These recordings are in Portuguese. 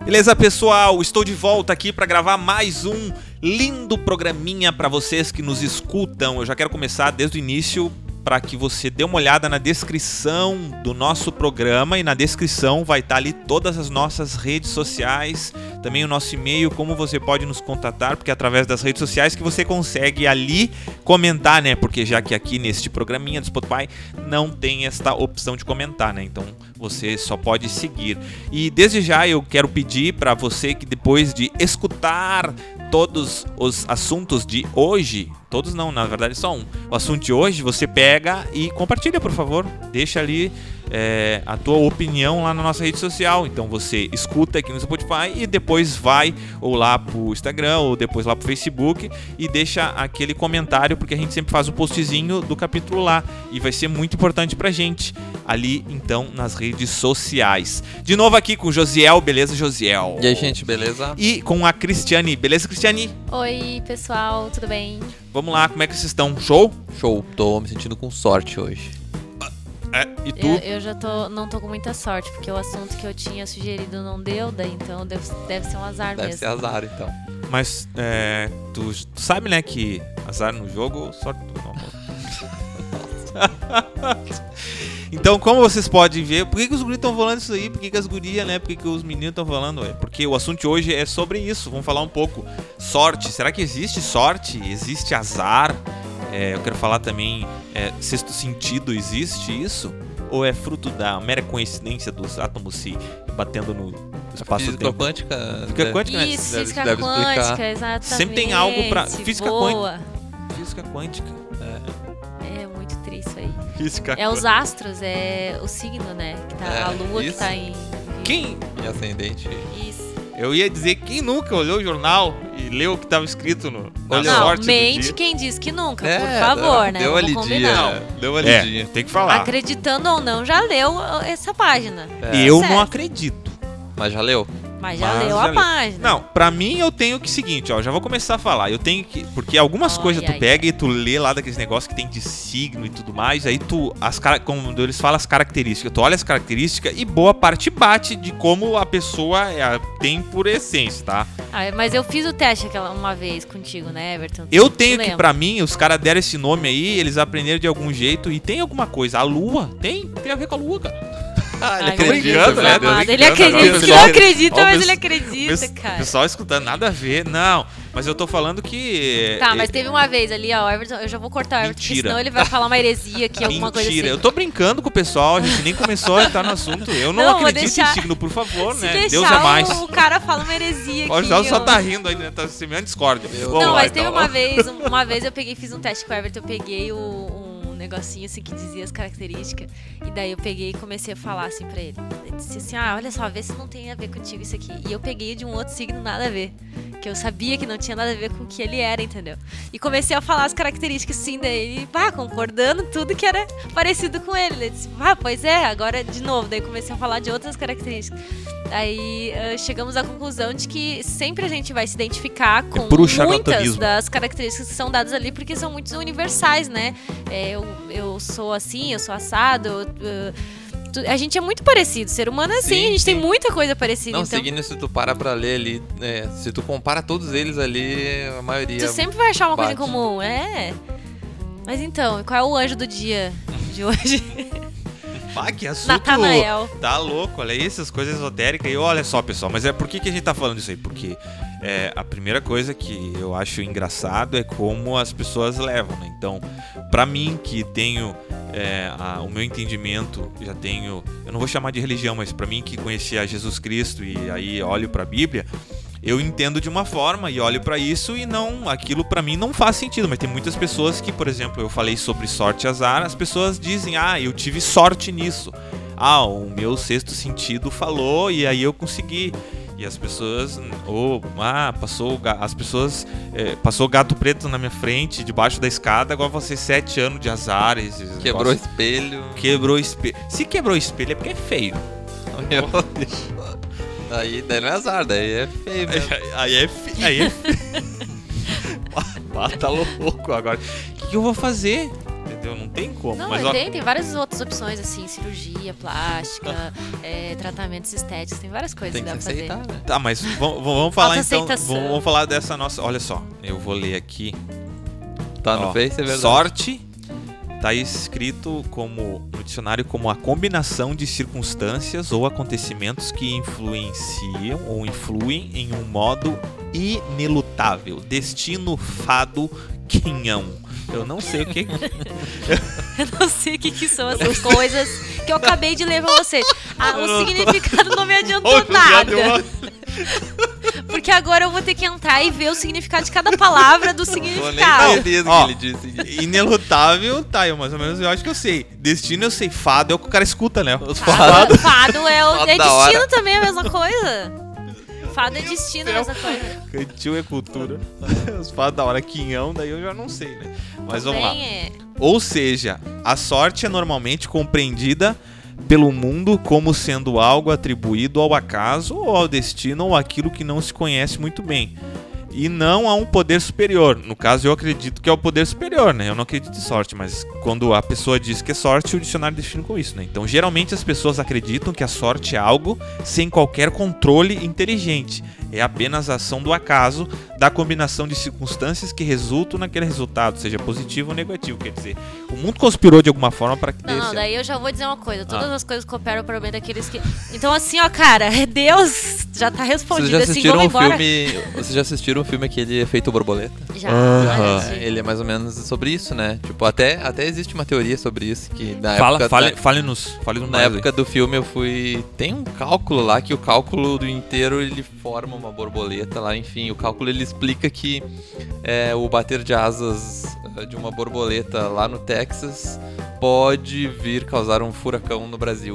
Beleza, pessoal? Estou de volta aqui para gravar mais um lindo programinha para vocês que nos escutam. Eu já quero começar desde o início para que você dê uma olhada na descrição do nosso programa, e na descrição vai estar ali todas as nossas redes sociais, também o nosso e-mail, como você pode nos contatar, porque é através das redes sociais que você consegue ali comentar, né? Porque já que aqui neste programinha do Spotify não tem esta opção de comentar, né? Então você só pode seguir. E desde já eu quero pedir para você que depois de escutar todos os assuntos de hoje, todos não, na verdade só um, o assunto de hoje, você pega e compartilha, por favor, deixa ali a tua opinião lá na nossa rede social. Então você escuta aqui no Spotify e depois vai ou lá pro Instagram ou depois lá pro Facebook e deixa aquele comentário, porque a gente sempre faz um postzinho do capítulo lá e vai ser muito importante pra gente ali, então, nas redes sociais. De novo aqui com o Josiel, beleza, Josiel? E aí, gente, beleza? E com a Cristiane, beleza, Cristiane? Oi, pessoal, tudo bem? Vamos lá, como é que vocês estão? Show? Show, tô me sentindo com sorte hoje. E tu? Eu já não tô com muita sorte, porque o assunto que eu tinha sugerido não deu, daí então deve ser um azar Deve mesmo. ser azar, então. Mas tu sabe, né, que azar no jogo, sorte no amor. Então, como vocês podem ver, por que os guris estão falando isso aí? Por que as gurias, né? Por que os meninos estão falando? Porque o assunto de hoje é sobre isso. Vamos falar um pouco. Sorte. Será que existe sorte? Existe azar? Eu quero falar também, sexto sentido, existe isso? Ou é fruto da mera coincidência dos átomos se batendo no espaço-tempo? Física quântica. Física quântica, né? Isso, Deve física quântica, explicar. exatamente. Sempre tem algo pra... Física boa. Física quântica. É muito triste isso aí. Física É os astros, é o signo, né? Que tá, a lua isso. que tá em... Quem? E ascendente. Isso. Eu ia dizer, quem nunca olhou o jornal e leu o que estava escrito na Não, sorte do mente dia? quem diz que nunca, por favor, né? Deu uma Vamos lidinha. combinar. Deu uma lidinha. Tem que falar. Acreditando ou não, já leu essa página. Eu Certo. não acredito. Mas já leu? Mas já leu a página. Não, pra mim eu tenho que seguinte, ó, já vou começar a falar. Eu tenho que, porque algumas coisas tu ai, pega e tu lê lá daqueles negócios que tem de signo e tudo mais, aí tu como eles falam as características, tu olha as características e boa parte bate de como a pessoa tem por essência, tá? Mas eu fiz o teste uma vez contigo, né, Everton? Eu tenho Tu que, lembra? pra mim, os caras deram esse nome aí, eles aprenderam de algum jeito e tem alguma coisa. A lua tem a ver com a lua, cara. Ele Ai, acredita, brincando, né? amado, Deus ele brincando, acredita, agora. que não acredita, Ó, mas ele acredita, cara. Pessoal escutando, nada a ver. Não, mas eu tô falando que... Tá, mas teve uma vez ali, ó, Everton, eu já vou cortar o Everton, porque Mentira. senão ele vai falar uma heresia aqui, alguma coisa assim. Eu tô brincando com o pessoal, a gente nem começou a entrar no assunto. Eu não, Não, vou acredito deixar- em signo, por favor, Se né? deixar, Deus é mais. o cara fala uma heresia aqui. O Jorge só ó. tá rindo aí, né? Tá semeando discórdia. Meu Vamos Não, lá, mas teve então. uma vez eu peguei, fiz um teste com o Everton, eu peguei um negocinho assim que dizia as características, e daí eu peguei e comecei a falar assim pra ele. Ele disse assim, olha só, vê se não tem a ver contigo isso aqui. E eu peguei de um outro signo nada a ver, que eu sabia que não tinha nada a ver com o que ele era, entendeu? E comecei a falar as características assim, daí ele, concordando tudo que era parecido com ele. Ele disse, pois é, agora de novo. Daí comecei a falar de outras características. Aí chegamos à conclusão de que sempre a gente vai se identificar com puro muitas charlatanismo. das características que são dadas ali, porque são muito universais, né? Eu sou assim, eu sou assado. A gente é muito parecido, ser humano é assim, Sim, a gente sim. tem muita coisa parecida. Não, Então, seguindo, se tu para pra ler ali, se tu compara todos eles ali, a maioria... tu sempre vai achar uma coisa em bate. comum, Mas então, qual é o anjo do dia de hoje? Que assunto Natanael. tá louco, olha aí, essas coisas esotéricas. E olha só, pessoal, mas por que a gente tá falando isso aí? Porque a primeira coisa que eu acho engraçado é como as pessoas levam, né? Então, pra mim, que tenho o meu entendimento, eu não vou chamar de religião, mas pra mim que conhecia Jesus Cristo e aí olho pra Bíblia, eu entendo de uma forma e olho pra isso e aquilo pra mim não faz sentido. Mas tem muitas pessoas que, por exemplo, eu falei sobre sorte e azar, as pessoas dizem, eu tive sorte nisso. O meu sexto sentido falou e aí eu consegui. E as pessoas, passou o gato preto na minha frente, debaixo da escada, agora você 7 anos de azar. Quebrou espelho. Quebrou espelho. Se quebrou espelho é porque é feio. Meu Deus. Daí não é azar, daí é feio mesmo. Aí é feio. Tá louco agora. O que eu vou fazer? entendeu? Não tem como. Não, Mas, ó, tem várias outras opções, assim, cirurgia, plástica, tratamentos estéticos, tem várias coisas Tem que que dá se pra fazer. aceitar, né? tá, mas vamos falar então. Autoaceitação. Vamos falar dessa nossa. Olha só, eu vou ler aqui. Tá no Ó, Face, é verdade. sorte tá escrito no dicionário como a combinação de circunstâncias ou acontecimentos que influenciam ou influem em um modo inelutável. Destino, fado, quinhão. Eu não sei o que. Eu não sei o que são essas coisas que eu acabei de ler pra vocês. O significado não me adiantou nada. Porque agora eu vou ter que entrar e ver o significado de cada palavra do Tô nem significado. entendendo o Ó, que ele disse. Inelutável, tá, eu mais ou menos eu acho que eu sei. Destino eu sei, fado é o que o cara escuta, né? Os Fado é Fado da destino hora. também, é a mesma coisa. Fado é destino, é a mesma coisa. Cantil é cultura. Os fados da hora, quinhão, daí eu já não sei, né? Mas vamos lá. Também é. Ou seja, a sorte é normalmente compreendida pelo mundo como sendo algo atribuído ao acaso ou ao destino ou aquilo que não se conhece muito bem. E não a um poder superior. No caso, eu acredito que é o poder superior, né? Eu não acredito em sorte, mas quando a pessoa diz que é sorte, o dicionário define com isso, né? Então, geralmente as pessoas acreditam que a sorte é algo sem qualquer controle inteligente. É apenas a ação do acaso, da combinação de circunstâncias que resultam naquele resultado, seja positivo ou negativo. Quer dizer, o mundo conspirou de alguma forma para que dê Não, certo. daí eu já vou dizer uma coisa. Todas as coisas cooperam para o bem daqueles que... Então, assim, ó, cara, Deus já tá Vocês respondido. já Assim, assistiram vamos um embora. filme? Vocês já assistiram um filme aquele Efeito Borboleta? Já. Aham. assisti. Ele é mais ou menos sobre isso, né? Tipo, até existe uma teoria sobre isso que na Fale-nos na mais aí. época do filme eu fui... Tem um cálculo lá que o cálculo do inteiro ele forma uma borboleta lá, enfim. O cálculo ele explica que o bater de asas de uma borboleta lá no Texas pode vir causar um furacão no Brasil.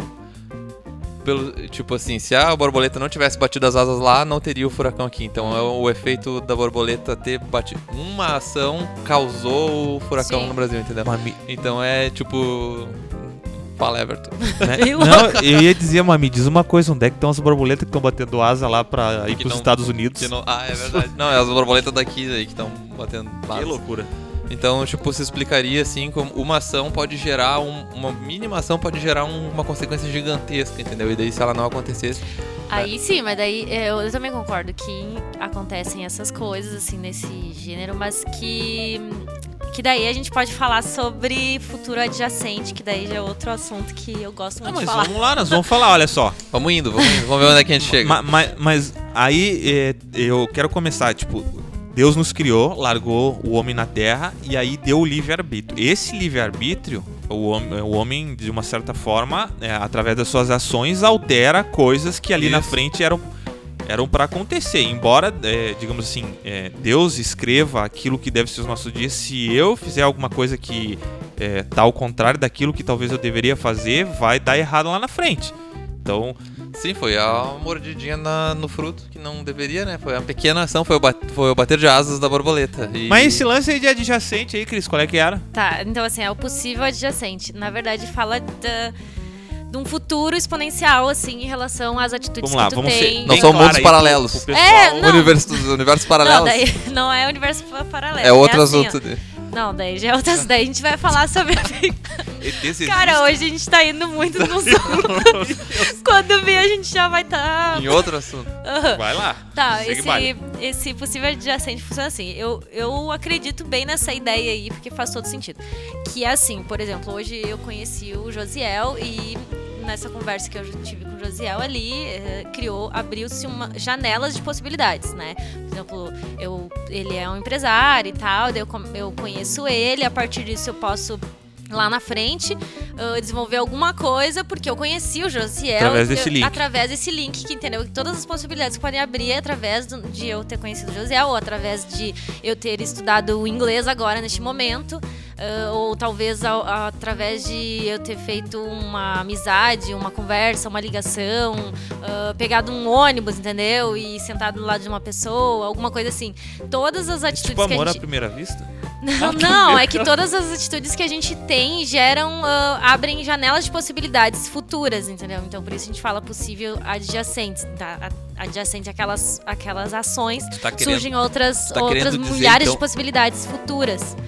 Tipo assim, se a borboleta não tivesse batido as asas lá, não teria o furacão aqui. Então o efeito da borboleta ter batido... Uma ação causou o furacão Sim. no Brasil, entendeu? Então é tipo... Fala, Everton. Né? Bem Não, eu ia dizer, mas me diz uma coisa, onde é que estão as borboletas que estão batendo asa lá pra ir Que pros não- Estados Unidos? É verdade. Não, é as borboletas daqui aí que estão batendo Que asas. loucura. Então, tipo, se explicaria assim como uma ação pode gerar uma mínima ação pode gerar uma consequência gigantesca, entendeu? E daí se ela não acontecesse, Aí sim, mas daí eu também concordo que acontecem essas coisas, assim, nesse gênero, mas que daí a gente pode falar sobre futuro adjacente, que daí já é outro assunto que eu gosto Não, muito de mas falar. vamos lá, nós vamos falar, olha só. vamos indo, vamos ver onde é que a gente chega. Mas aí eu quero começar, tipo, Deus nos criou, largou o homem na terra e aí deu o livre-arbítrio. Esse livre-arbítrio, o homem, de uma certa forma, através das suas ações, altera coisas que ali na Isso. frente eram para acontecer. Embora, digamos assim, Deus escreva aquilo que deve ser os nossos dias, se eu fizer alguma coisa que tá ao contrário daquilo que talvez eu deveria fazer, vai dar errado lá na frente. Então, Sim, foi a mordidinha no fruto que não deveria, né? Foi uma pequena ação, foi o bater de asas da borboleta. mas esse lance aí de adjacente aí, Cris, qual é que era? Tá, então assim, é o possível adjacente. Na verdade, fala de um futuro exponencial, assim, em relação às atitudes Vamos lá, que tu vamos tem. ser. Não bem são claro mundos aí paralelos. pro pessoal. Não. Universos paralelos Não, daí não é universo paralelo. é outro assim, assunto. ó. Não, daí já é outro assunto. Daí a gente vai falar sobre... ETs Cara, hoje a gente tá indo muito no sul. Quando vê, a gente já vai estar... Em outro assunto. Vai lá. Tá, Segue baile. esse possível adjacente funciona assim. Eu acredito bem nessa ideia aí, porque faz todo sentido. Que é assim, por exemplo, hoje eu conheci o Josiel e nessa conversa que eu tive com o Josiel ali, abriu-se janelas de possibilidades, né? Por exemplo, ele é um empresário e tal, daí eu conheço ele, a partir disso eu posso... lá na frente, desenvolver alguma coisa, porque eu conheci o Josiel Através desse link. que entendeu? Todas as possibilidades que podem abrir através de eu ter conhecido o Josiel, ou através de eu ter estudado o inglês agora, neste momento, ou talvez através de eu ter feito uma amizade, uma conversa, uma ligação, pegado um ônibus, entendeu? E sentado do lado de uma pessoa, alguma coisa assim. Todas as atitudes Tipo que amor a à gente... primeira vista? Não, é que todas as atitudes que a gente tem abrem janelas de possibilidades futuras, entendeu? Então por isso a gente fala possível adjacente, tá? Adjacente àquelas ações, Tu tá querendo- surgem outras querendo dizer, milhares então- de possibilidades futuras.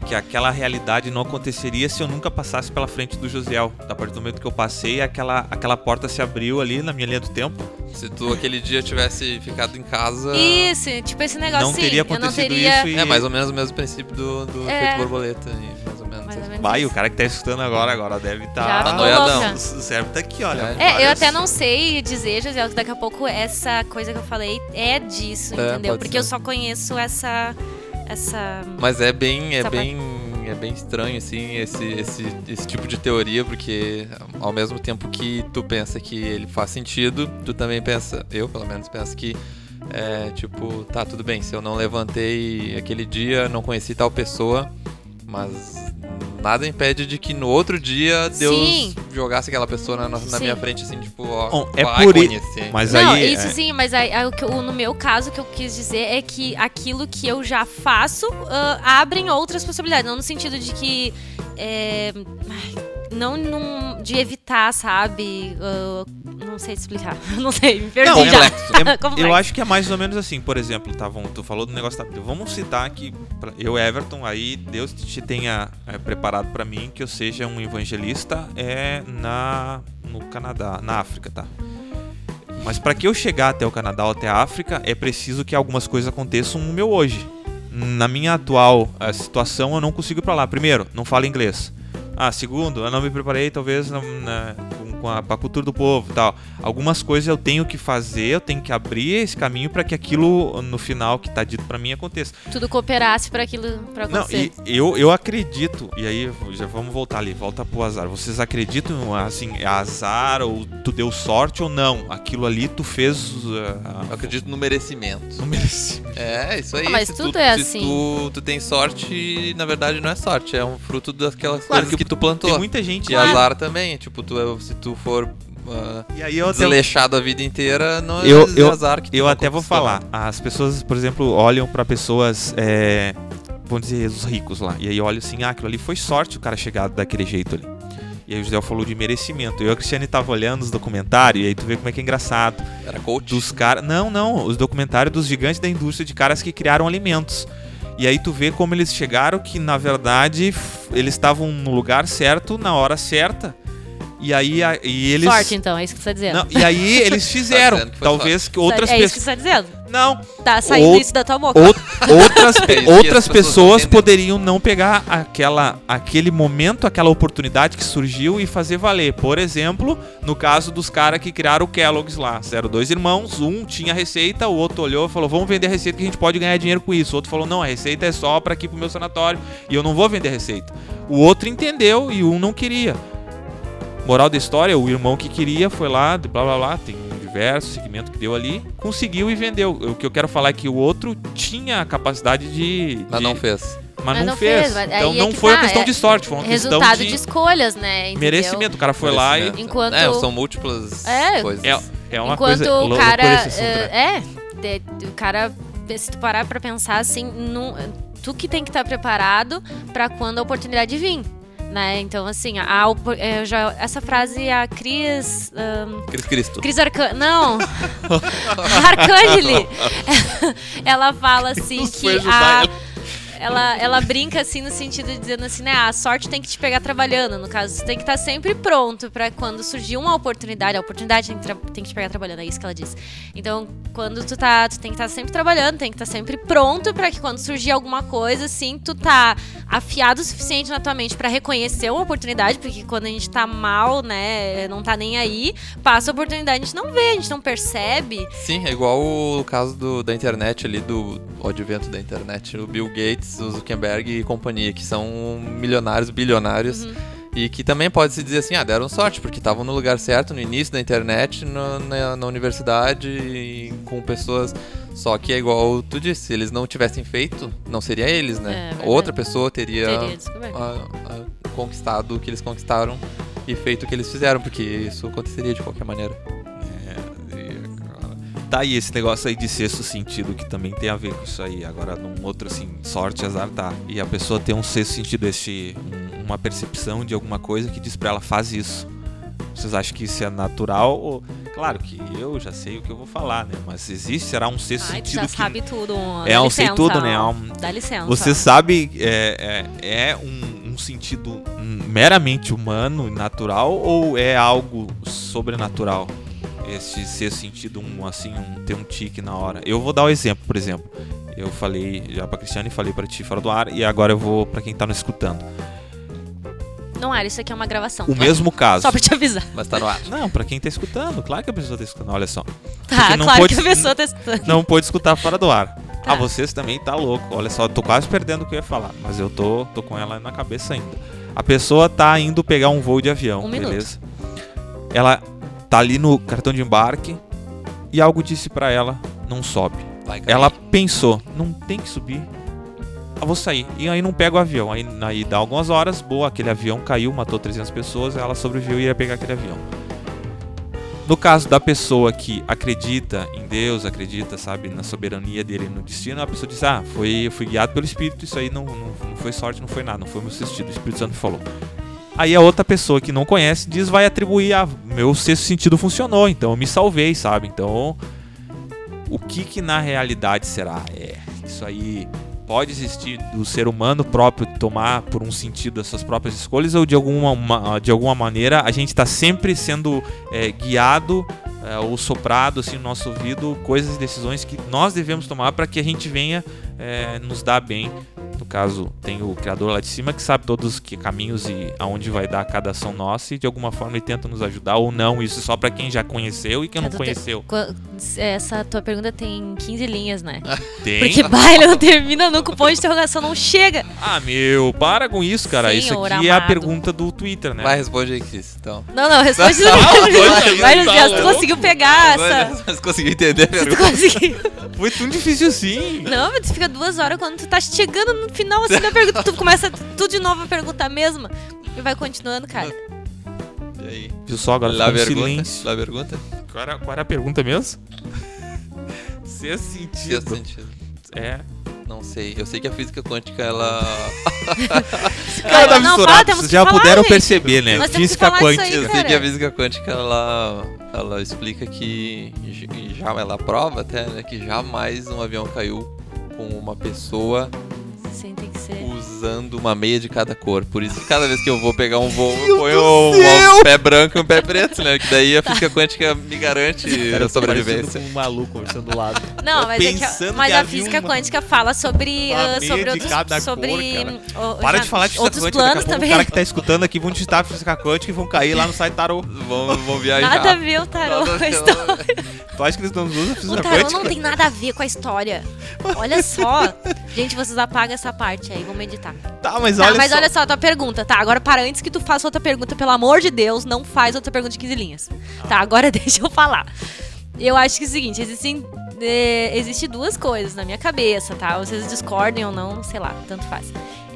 que aquela realidade não aconteceria se eu nunca passasse pela frente do Josiel. A partir do momento que eu passei, aquela porta se abriu ali na minha linha do tempo. Se tu aquele dia tivesse ficado em casa... Isso, tipo esse negócio não teria acontecido isso. É mais ou menos o mesmo princípio do efeito borboleta. Mais ou menos. Vai, o cara que tá escutando agora deve estar... Tá noiadão. O cérebro tá aqui, olha. Eu até não sei dizer, Josiel, que daqui a pouco essa coisa que eu falei é disso, entendeu? Porque eu só conheço essa... Mas é bem estranho, assim, esse tipo de teoria, porque ao mesmo tempo que tu pensa que ele faz sentido, tu também pensa, eu pelo menos penso que tipo, tá, tudo bem, se eu não levantei aquele dia, não conheci tal pessoa, mas nada impede de que no outro dia Deus jogasse aquela pessoa na minha frente, assim, tipo, ó, bom, vai por conhecer. Mas não, aí, isso sim, mas aí, no meu caso, o que eu quis dizer é que aquilo que eu já faço abrem outras possibilidades. Não no sentido de que... não de evitar, sabe? Não sei explicar. Não sei, me perdi já. Eu acho que é mais ou menos assim. Por exemplo, tu falou do negócio da... Vamos citar que eu, Everton, aí Deus te tenha preparado pra mim que eu seja um evangelista no Canadá, na África, tá? Mas pra que eu chegar até o Canadá ou até a África, é preciso que algumas coisas aconteçam no meu hoje. Na minha atual situação, eu não consigo ir pra lá. Primeiro, não falo inglês. Segundo, eu não me preparei talvez com a cultura do povo e tal. Algumas coisas eu tenho que fazer, eu tenho que abrir esse caminho para que aquilo no final que tá dito para mim aconteça. Tudo cooperasse para aquilo para acontecer. Não, e eu acredito, e aí já vamos voltar ali, volta pro azar. Vocês acreditam assim, é azar ou tu deu sorte ou não? Aquilo ali tu fez... Eu acredito no merecimento. No merecimento. É, isso aí. Mas tudo é assim. Tu tem sorte, na verdade não é sorte, é um fruto daquelas coisas que tu plantou. Tem muita gente... E azar também, tipo, se tu for e aí eu desleixado a vida inteira, não é azar que tu eu até vou falar. As pessoas, por exemplo, olham pra pessoas, vamos dizer, os ricos lá. E aí olham assim, aquilo ali foi sorte o cara chegar daquele jeito ali. E aí o José falou de merecimento. Eu e a Cristiane tava olhando os documentários, e aí tu vê como é que é engraçado. Era coach? Dos caras... Não. Os documentários dos gigantes da indústria, de caras que criaram alimentos. E aí tu vê como eles chegaram, que na verdade eles estavam no lugar certo, na hora certa. E aí eles... Sorte, então, é isso que você tá dizendo. Não, e aí eles fizeram. Tá que talvez que outras pessoas... É isso que você tá dizendo? Não. Tá saindo isso da tua boca. Outras pessoas poderiam não pegar aquele momento, aquela oportunidade que surgiu e fazer valer. Por exemplo, no caso dos caras que criaram o Kellogg's lá. Eram 2 irmãos, um tinha receita, o outro olhou e falou, vamos vender a receita que a gente pode ganhar dinheiro com isso. O outro falou, não, a receita é só pra aqui pro meu sanatório e eu não vou vender a receita. O outro entendeu e um não queria. Moral da história, o irmão que queria foi lá, blá blá blá, tem diversos segmentos que deu ali, conseguiu e vendeu. O que eu quero falar é que o outro tinha a capacidade Mas não fez. Mas não fez. Então não foi uma questão de sorte, foi uma questão resultado de escolhas, né? Entendeu? Merecimento. O cara foi lá e... Enquanto... são múltiplas coisas. É uma enquanto coisa... o cara... o cara, se tu parar pra pensar assim, tu que tem que estar preparado pra quando a oportunidade vir. Né? Então, assim, essa frase a Cris Arcangeli. Não! Arcangeli! Ela fala assim que ela brinca assim no sentido de dizendo assim, né? A sorte tem que te pegar trabalhando. No caso, você tem que estar sempre pronto pra quando surgir uma oportunidade. A oportunidade tem que te pegar trabalhando, é isso que ela diz. Então, quando tu tem que estar sempre trabalhando, tem que estar sempre pronto pra que quando surgir alguma coisa, assim, tu tá afiado o suficiente na tua mente pra reconhecer uma oportunidade, porque quando a gente tá mal, né, não tá nem aí, passa a oportunidade, a gente não vê, a gente não percebe. Sim, é igual o caso da internet ali, do advento da internet, o Bill Gates, o Zuckerberg e companhia, que são milionários, bilionários, e que também pode-se dizer assim, deram sorte, porque estavam no lugar certo, no início da internet, na universidade, com pessoas... Só que é igual tu disse, se eles não tivessem feito, não seria eles, né? Outra pessoa teria conquistado o que eles conquistaram e feito o que eles fizeram, porque isso aconteceria de qualquer maneira. Tá aí esse negócio aí de sexto sentido, que também tem a ver com isso aí. Agora, num outro, assim, sorte, azar, tá. E a pessoa tem um sexto sentido, uma percepção de alguma coisa que diz pra ela, faz isso. Vocês acham que isso é natural? Ou... Claro que eu já sei o que eu vou falar, né? Mas será um sexto Ai, sentido tu já que... sabe tudo. Eu sei tudo, né? Dá licença. Você sabe, é um sentido meramente humano e natural ou é algo sobrenatural? Esse sexto sentido, ter um tique na hora. Eu vou dar um exemplo, por exemplo. Eu falei já pra Cristiane, falei pra ti fora do ar, e agora eu vou pra quem tá nos escutando. Não era, isso aqui é uma gravação. O mesmo caso. Só pra te avisar. Mas tá no ar. Não, pra quem tá escutando, claro que a pessoa tá escutando, olha só. Tá, claro que a pessoa tá escutando. Não pôde escutar fora do ar. Tá. Vocês também tá louco. Olha só, eu tô quase perdendo o que eu ia falar, mas eu tô com ela na cabeça ainda. A pessoa tá indo pegar um voo de avião, beleza? Ela tá ali no cartão de embarque e algo disse pra ela, não sobe. Ela pensou, não tem que subir. Vou sair. E aí não pega o avião. Aí dá algumas horas, aquele avião caiu, matou 300 pessoas, ela sobreviveu e ia pegar aquele avião. No caso da pessoa que acredita em Deus, acredita, sabe, na soberania dele, no destino, a pessoa diz, fui guiado pelo Espírito, isso aí não foi sorte, não foi nada, não foi meu sexto sentido, o Espírito Santo falou. Aí a outra pessoa que não conhece vai atribuir, meu sexto sentido funcionou, então eu me salvei, sabe? Então, o que na realidade será? Isso aí pode existir do ser humano próprio tomar por um sentido as suas próprias escolhas, ou de alguma maneira a gente está sempre sendo guiado ou soprado assim, no nosso ouvido coisas e decisões que nós devemos tomar para que a gente venha nos dar bem. No caso, tem o Criador lá de cima que sabe todos os caminhos e aonde vai dar cada ação nossa, e de alguma forma ele tenta nos ajudar ou não. Isso só pra quem já conheceu e quem não conheceu. Essa tua pergunta tem 15 linhas, né? Tem? Porque ele não termina nunca, o ponto de interrogação não chega. Para com isso, cara. Senhor isso aqui amado. é a pergunta do Twitter, né? Vai, responde aí, Cris, então. Não, responde tu conseguiu pegar essa. Mas conseguiu entender a pergunta. Tu conseguiu. Foi tão difícil assim. Não, mas tu fica 2 horas quando tu tá chegando no final assim da pergunta, tu começa tudo de novo a perguntar mesmo e vai continuando, cara. E aí? Viu só, agora Lá ficou um pergunta? silêncio. Lá pergunta? Qual era a pergunta mesmo? Sexto sentido. Sexto sentido. Não sei. Eu sei que a física quântica, ela... Cara, tá não, misturado. temos Vocês que já falar, puderam gente. perceber, né? Nós temos que Física falar disso quântica. aí, Eu sei que cara. a física quântica, ela explica que... Ela prova até, né? Que jamais um avião caiu com uma pessoa Sim, tem que ser. usando uma meia de cada cor. Por isso, cada vez que eu vou pegar um voo, eu ponho um pé branco e um pé preto, né? Que daí a física quântica me garante a sobrevivência. Com um maluco conversando do lado. Não, mas, Pensando mas que a havia física uma- quântica fala sobre uma meia sobre de cada sobre cor, cara. o- Para já- de falar de física outros quântica, planos daqui a pouco também. o cara que tá escutando aqui vão digitar física quântica e vão cair lá no site tarô. Vão viajar. Nada a ver o tarô Nada a com a ver. história. Tu acha que eles não usam O física tarô quântica? não tem nada a ver com a história. Olha só. Gente, vocês apagam essa parte aí, vamos meditar. Tá, mas Tá, olha mas só. olha só a tua pergunta, tá? Agora para antes que tu faça outra pergunta, pelo amor de Deus, não faz outra pergunta de 15 linhas. Tá, agora deixa eu falar. Eu acho que é o seguinte, existe 2 coisas na minha cabeça, tá? Vocês discordem ou não, sei lá, tanto faz.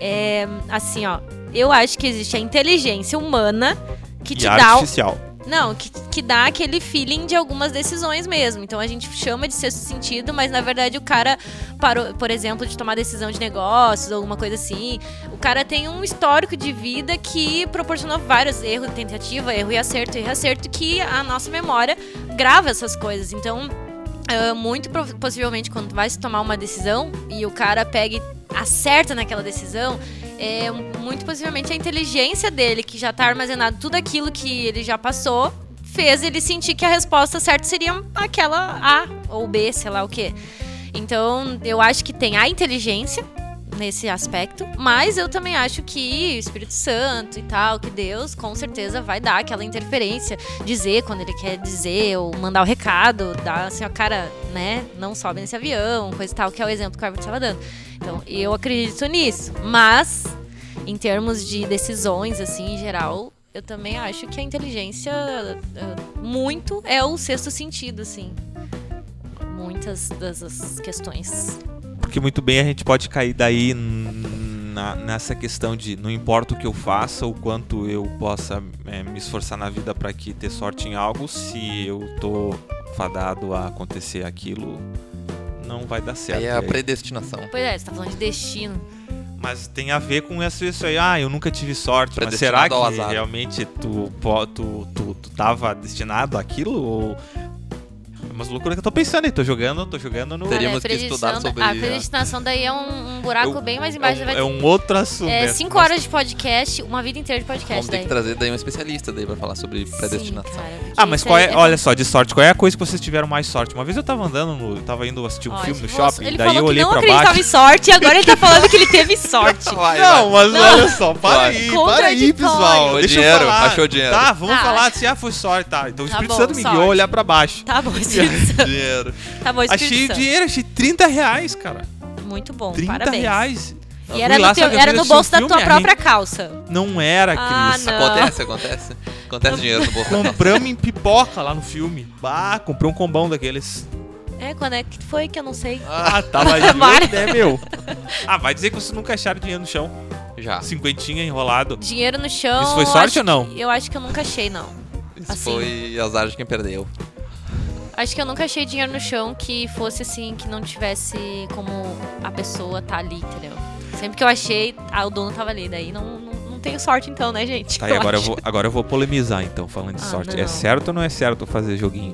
Assim, ó, eu acho que existe a inteligência humana que te E dá artificial. Não, que dá aquele feeling de algumas decisões mesmo. Então a gente chama de sexto sentido, mas na verdade o cara parou, por exemplo, de tomar decisão de negócios, alguma coisa assim. O cara tem um histórico de vida que proporcionou vários erros, tentativa, erro e acerto, que a nossa memória grava essas coisas. Então, muito possivelmente, quando vai se tomar uma decisão e o cara pega e acerta naquela decisão, muito possivelmente a inteligência dele, que já tá armazenado tudo aquilo que ele já passou, fez ele sentir que a resposta certa seria aquela A ou B, sei lá o quê. Então, eu acho que tem a inteligência nesse aspecto, mas eu também acho que o Espírito Santo e tal, que Deus com certeza vai dar aquela interferência, dizer quando ele quer dizer, ou mandar o recado, dar assim, ó, cara, né, não sobe nesse avião, coisa e tal, que é o exemplo que o Everton estava dando. Então, eu acredito nisso, mas em termos de decisões, assim, em geral, eu também acho que a inteligência muito é o sexto sentido, assim, muitas dessas questões. Porque muito bem a gente pode cair daí nessa questão de não importa o que eu faça, o quanto eu possa me esforçar na vida para que ter sorte em algo, se eu tô fadado a acontecer aquilo, não vai dar certo. Aí é a predestinação. Pois é, você tá falando de destino. Mas tem a ver com isso aí. Ah, eu nunca tive sorte. Mas será que realmente tu tava destinado àquilo? Ou... É umas loucuras que eu tô pensando aí. Tô jogando no... Teríamos que estudar sobre... A predestinação daí é um buraco bem mais embaixo. É um outro assunto. É 5 horas de podcast, uma vida inteira de podcast. Vamos ter que trazer daí um especialista daí pra falar sobre predestinação. Sim, cara, mas qual é... Olha só, de sorte. Qual é a coisa que vocês tiveram mais sorte? Uma vez eu tava andando eu tava indo assistir um filme no shopping. Ele daí falou eu olhei que não pra baixo. acreditava em sorte e agora ele tá falando que ele teve sorte. Mas olha só. Para aí, pessoal. Deixa eu falar. Achou dinheiro. Tá, vamos falar assim, foi sorte, tá. Então o Espírito Santo me guiou a olhar pra baixo. Tá bom, Espírito Santo. Dinheiro. Tá bom, Espírito Achei Santo. dinheiro, achei R$30, cara. Muito bom, 30 parabéns. reais. E era no bolso da tua própria calça. Não era, Cris. Não. Acontece dinheiro no bolso. Compramos em pipoca lá no filme. Comprei um combão daqueles. Quando é que foi que eu não sei? Tava aí, né, meu? Vai dizer que vocês nunca acharam dinheiro no chão. Já. 50 enrolado. Dinheiro no chão. Isso foi sorte ou não? Eu acho que eu nunca achei, não. Isso foi azar de quem perdeu. Acho que eu nunca achei dinheiro no chão que fosse assim, que não tivesse como a pessoa tá ali, entendeu? Sempre que eu achei, o dono tava ali. Daí não tenho sorte então, né, gente? Tá, e agora eu vou polemizar então, falando de sorte. Não. É certo ou não é certo fazer joguinho?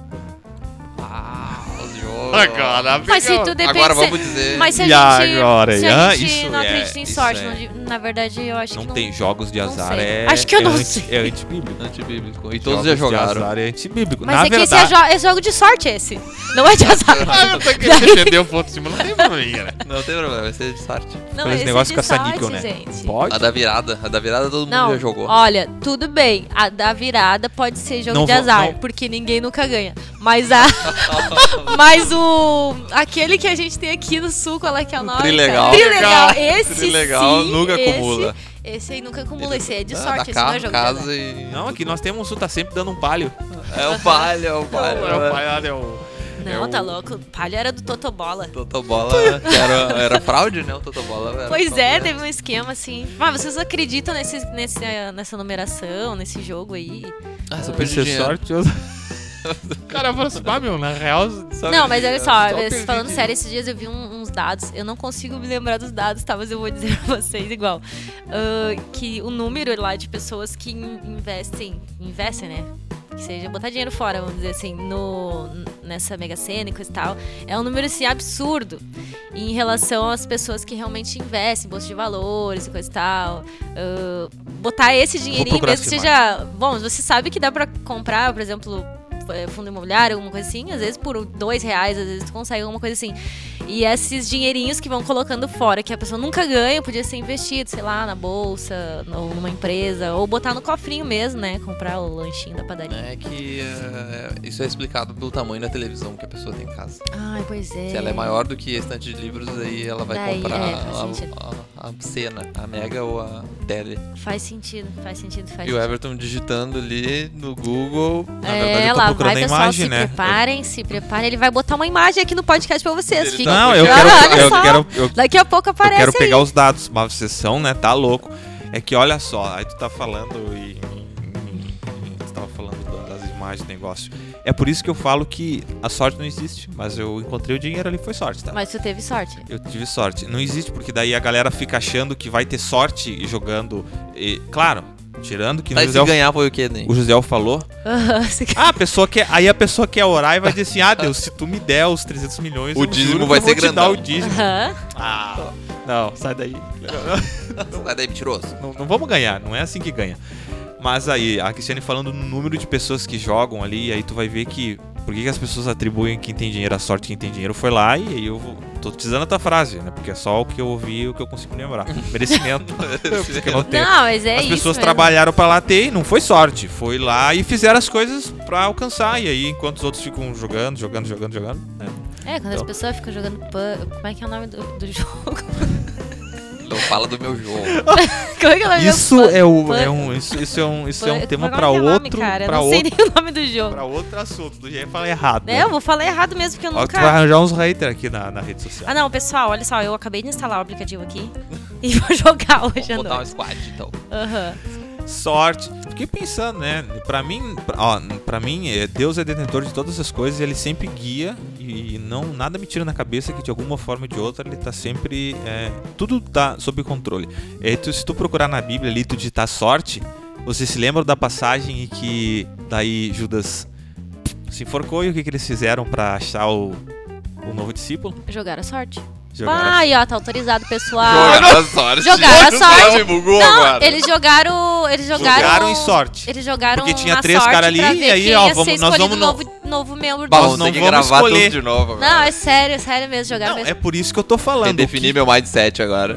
Mas se tu depende... Agora vamos dizer... Mas se a gente, não acredita em sorte, na verdade eu acho que não... Não tem jogos de azar, acho que eu não sei. É antibíblico. Antibíblico. E todos já jogaram. De azar é antibíblico. Mas na verdade... é jogo de sorte esse. Não é de azar. Eu tô querendo defender o ponto de cima, não tem problema, né? Não tem problema, vai ser de sorte. Não, esse negócio é de caça-níquel, sorte, né? gente. Pode? A da virada todo mundo já jogou. Olha, tudo bem. A da virada pode ser jogo de azar, porque ninguém nunca ganha. Mas aquele que a gente tem aqui no sul, qual é que é o nome? Trilegal. Esse Trilegal, sim, nunca acumula. Esse aí nunca acumula, esse é de sorte, esse não é jogo casa de azar. e... Não, aqui nós temos o sul, tá sempre dando um palio. É o palio, Não, tá louco. O palio era do Totobola. Totobola, que era fraude, né? O Totobola. Pois é, teve um esquema assim. Mas vocês acreditam nessa numeração, nesse jogo aí? Só perdi dinheiro. Sorte, o cara falou assim, meu, na real... Não, mas olha só, falando sério, esses dias eu vi uns dados, eu não consigo me lembrar dos dados, tá? Mas eu vou dizer pra vocês igual. Que o número lá de pessoas que investem, né? Que seja botar dinheiro fora, vamos dizer assim, nessa Mega Sena e coisa e tal, é um número assim absurdo em relação às pessoas que realmente investem em bolsa de valores e coisa e tal. Botar esse dinheirinho mesmo que seja... Bom, você sabe que dá pra comprar, por exemplo, fundo imobiliário, alguma coisa assim, às vezes por R$2, às vezes tu consegue alguma coisa assim. E esses dinheirinhos que vão colocando fora, que a pessoa nunca ganha, podia ser investido, sei lá, na bolsa, ou numa empresa, ou botar no cofrinho mesmo, né? Comprar o lanchinho da padaria. É que isso é explicado pelo tamanho da televisão que a pessoa tem em casa. Ai, pois é. Se ela é maior do que a estante de livros, aí ela vai comprar a Sena, a Mega ou a Tele. Faz sentido. E o Everton digitando ali no Google. Na verdade, eu tô procurando a imagem, né? Se preparem. Ele vai botar uma imagem aqui no podcast pra vocês. Não, eu quero... Daqui a pouco aparece. Eu quero pegar os dados. Mas vocês são, né? Tá louco. É que olha só, aí tu tá falando tu tava falando das imagens do negócio. É por isso que eu falo que a sorte não existe. Mas eu encontrei o dinheiro ali, foi sorte, tá? Mas tu teve sorte. Eu tive sorte. Não existe, porque daí a galera fica achando que vai ter sorte jogando. Claro, tirando que... Se ganhar foi o quê, né? O José falou. Aí a pessoa quer orar e vai dizer assim, Deus, se tu me der os 300 milhões, o dízimo vai ser grandão. Eu vou te dar o dízimo. Não, sai daí. Sai daí, mentiroso. Não vamos ganhar, não é assim que ganha. Mas aí, a Cristiane falando no número de pessoas que jogam ali, aí tu vai ver que... Por que as pessoas atribuem quem tem dinheiro, a sorte quem tem dinheiro foi lá, e aí eu tô utilizando a tua frase, né? Porque é só o que eu ouvi e o que eu consigo lembrar. Merecimento. Porque eu não tenho. Não, mas é as isso pessoas mesmo. Trabalharam pra lá ter e não foi sorte. Foi lá e fizeram as coisas pra alcançar. E aí, enquanto os outros ficam jogando, né? Quando as pessoas ficam jogando como é que é o nome do jogo? Não fala do meu jogo. Como é que é o nome Isso é um tema pra outro. Não sei nem o nome do jogo. Pra outro assunto. Tu já ia falar errado. Eu vou falar errado mesmo, porque eu nunca... Tu vai arranjar uns haters aqui na rede social. Não, pessoal, olha só, eu acabei de instalar o aplicativo aqui e vou jogar hoje à noite. Vou botar um squad, então. Sorte. fiquei pensando, né? Pra mim, Deus é detentor de todas as coisas e ele sempre guia e nada me tira na cabeça que de alguma forma ou de outra ele tá sempre... tudo tá sob controle. Se tu procurar na Bíblia ali, tu digitar sorte, você se lembra da passagem em que daí Judas se enforcou e o que eles fizeram pra achar o novo discípulo? Jogaram a sorte. Jogaram Ó, tá autorizado, pessoal. Jogaram a sorte. Jogaram a sorte. Me bugou Não, agora. eles jogaram em sorte. Eles jogaram Porque tinha a 3 sorte caras ali pra ver e aí, quem ó, ia ser nós vamos novo membro Bah, do... vamos ter que vamos gravar escolher. tudo de novo agora. Não, é sério mesmo, jogaram Não, mesmo. é por isso que eu tô falando. Redefinir meu mindset agora.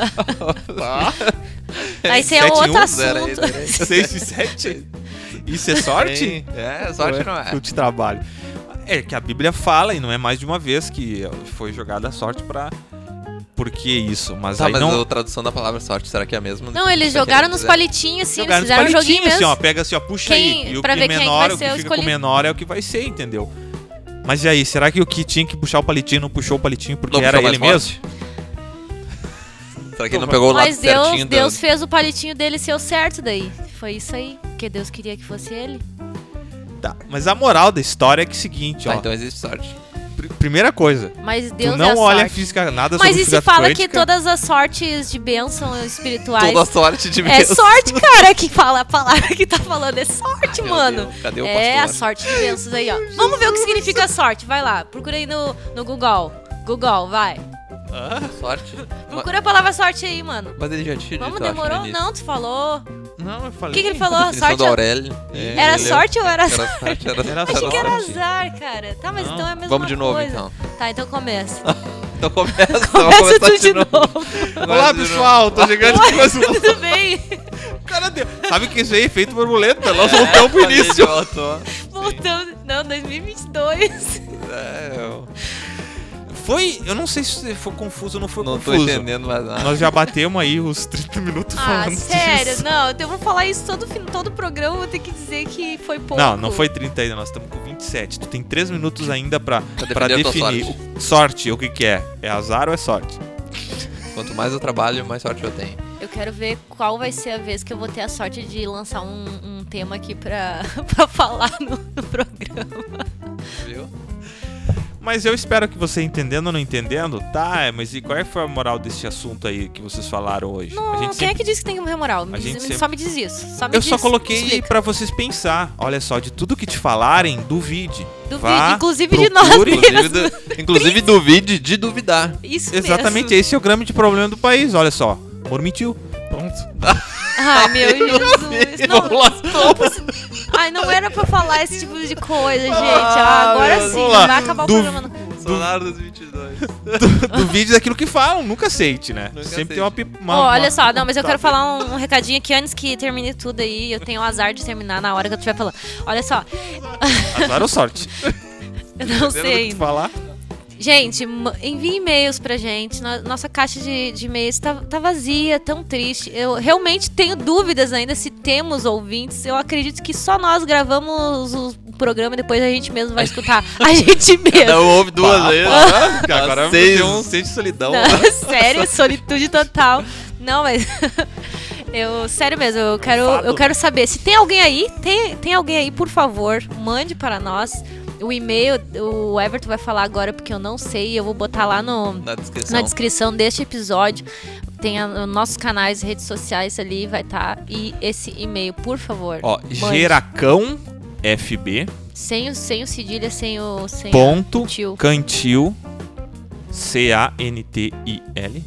Aí isso é 7-1, outro zero aí, assunto. zero aí. 6 e 7? Isso é sorte? Sorte não é. Eu te trabalho. É que a Bíblia fala, e não é mais de uma vez, que foi jogada a sorte pra... Por que isso? Mas Tá, aí mas não... a tradução da palavra sorte, será que é a mesma? Não, eles jogaram nos palitinhos, assim, eles Jogaram fizeram um nos joguinho palitinhos, mesmo. assim, ó, pega assim, ó, puxa Quem- aí. E o pra que ver quem menor, vai o ser que o fica com o escolhido. menor é o que vai ser, entendeu? Mas e aí, será que o que tinha que puxar o palitinho não puxou o palitinho porque Não era puxou ele mais mesmo? Será que ele não pegou o lado Mas certinho? Deus fez o palitinho dele ser o certo daí. Foi isso aí, porque Deus queria que fosse ele. Tá, mas a moral da história é que é o seguinte, ó. Então existe sorte. Primeira coisa, Mas Deus tu não é a olha a sorte. física, nada Mas sobre e se física fala que quântica. todas as sortes de bênção espirituais... Toda sorte de É bênção. sorte, cara, que fala a palavra que tá falando. É sorte, Meu mano. Deus, cadê o É a pastor? sorte de bênçãos aí, ó. Vamos ver o que significa sorte. Vai lá, procura aí no Google. Google, vai. Sorte? Procura a palavra sorte aí, mano. Mas ele já tinha dito, Vamos, eu acho, no demorou? início. Não, tu falou. Não, eu O falei. que ele falou? Definição Sorte? do Aurélio. Era Ele- sorte ou era azar? Era sorte, era Era Achei que era sorte. azar, cara. Tá, mas Não. então é a mesma Vamos de novo, coisa. então. Tá, então começa. Então começa, vamos Começa começar tudo de novo. Olá, pessoal, tô chegando aqui mais um... Tudo bem? O cara deu. Sabe que isso aí é efeito borboleta? Nós voltamos pro início. Voltando. Não, 2022. Foi, eu não sei se foi confuso ou não foi Não tô confuso. entendendo mais nada. Nós já batemos aí os 30 minutos Ah, falando sério? disso. Não, eu vou falar isso todo programa, vou ter que dizer que foi pouco. Não foi 30 ainda, nós estamos com 27. Tu tem 3 minutos ainda pra defender a tua definir. Sorte, o que é? É azar ou é sorte? Quanto mais eu trabalho, mais sorte eu tenho. Eu quero ver qual vai ser a vez que eu vou ter a sorte de lançar um tema aqui pra falar no programa. Viu? Mas eu espero que você entendendo ou não entendendo, tá, mas e qual foi a moral desse assunto aí que vocês falaram hoje? Não, a gente quem sempre... é que disse que tem que morrer moral? A gente sempre- Só me diz isso. Eu só coloquei Explica. pra vocês pensar. Olha só, de tudo que te falarem, duvide. Vá, inclusive de nós procure. mesmos. Inclusive duvide de duvidar. Isso Exatamente, mesmo. esse é o grande problema do país. Olha só, Moro mentiu. Pronto. Ai, meu Jesus. Não, Vamos lá. ai, não era pra falar esse tipo de coisa, gente. Ah, Agora meu Deus. sim, Vamos lá. vai acabar o programa. Não. Solar dos 22. Duvide daquilo que falam, nunca aceite, né? Nunca Sempre aceite. tem uma... Ó, olha só, não, mas eu quero falar um recadinho aqui antes que termine tudo aí. Eu tenho o azar de terminar na hora que eu estiver falando. Olha só, Azar ou sorte? eu não Entendendo o que sei tu ainda. falar? Gente, envie e-mails pra gente. Nossa caixa de e-mails tá vazia, tão triste. Eu realmente tenho dúvidas ainda se temos ouvintes. Eu acredito que só nós gravamos o programa e depois a gente mesmo vai escutar a gente mesmo. Não houve duas vezes. Agora me Seis. deu um senso de solidão. Não, sério, solitude total. Não, mas sério mesmo, eu quero saber se tem alguém aí, tem alguém aí, por favor, mande para nós. O e-mail, o Everton vai falar agora porque eu não sei, eu vou botar lá Na descrição. na descrição deste episódio. Tem os nossos canais, redes sociais ali, vai estar. E esse e-mail, por favor. Ó, mande. Geracão FB Sem o cedilha, sem ponto o tio. cantil CANTIL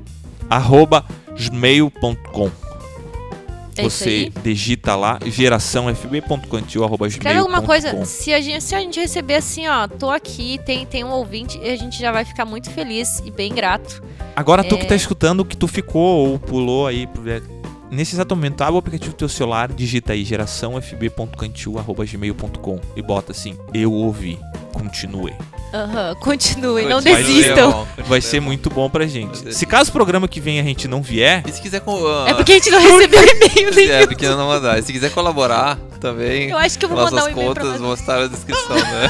@gmail.com. É isso Você aí. digita lá geraçãofb.cantil@gmail.com. Quer ver alguma coisa? Se a gente receber assim, ó, tô aqui, tem um ouvinte, a gente já vai ficar muito feliz e bem grato. Agora tu que tá escutando, que tu ficou ou pulou aí, nesse exato momento, abre o aplicativo do teu celular, digita aí geraçãofb.cantil@gmail.com e bota assim, eu ouvi, continue. Aham, continue, não Vai ser desistam. bom, Vai ser muito bom pra gente. Vai ser. Se caso o programa que vem a gente não vier, E se quiser É porque a gente não recebeu e-mail nenhum. É, porque não mandar. E se quiser colaborar também, Eu acho que eu vou nossas mandar um e-mail pra contas você. vão estar na descrição, né?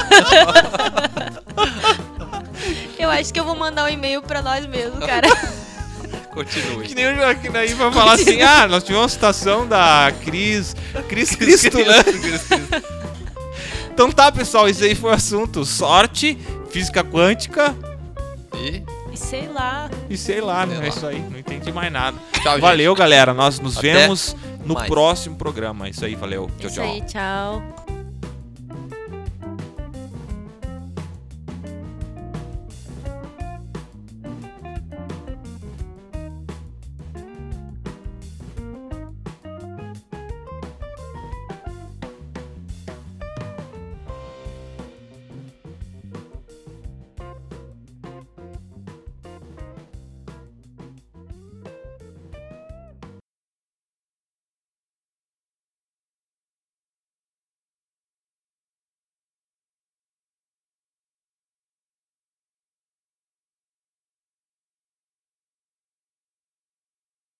Eu acho que eu vou mandar um e-mail pra nós mesmos, cara. Continue. Que nem o Joaquim aí vai falar assim, nós tivemos uma citação da Cris Cristo, né? Então tá, pessoal, esse aí foi o assunto. Sorte, física quântica E sei lá. É isso aí, não entendi mais nada. Tchau, Valeu, gente. galera, nós nos Até vemos no mais. próximo programa. Isso aí, valeu. Tchau, Isso tchau. aí, tchau.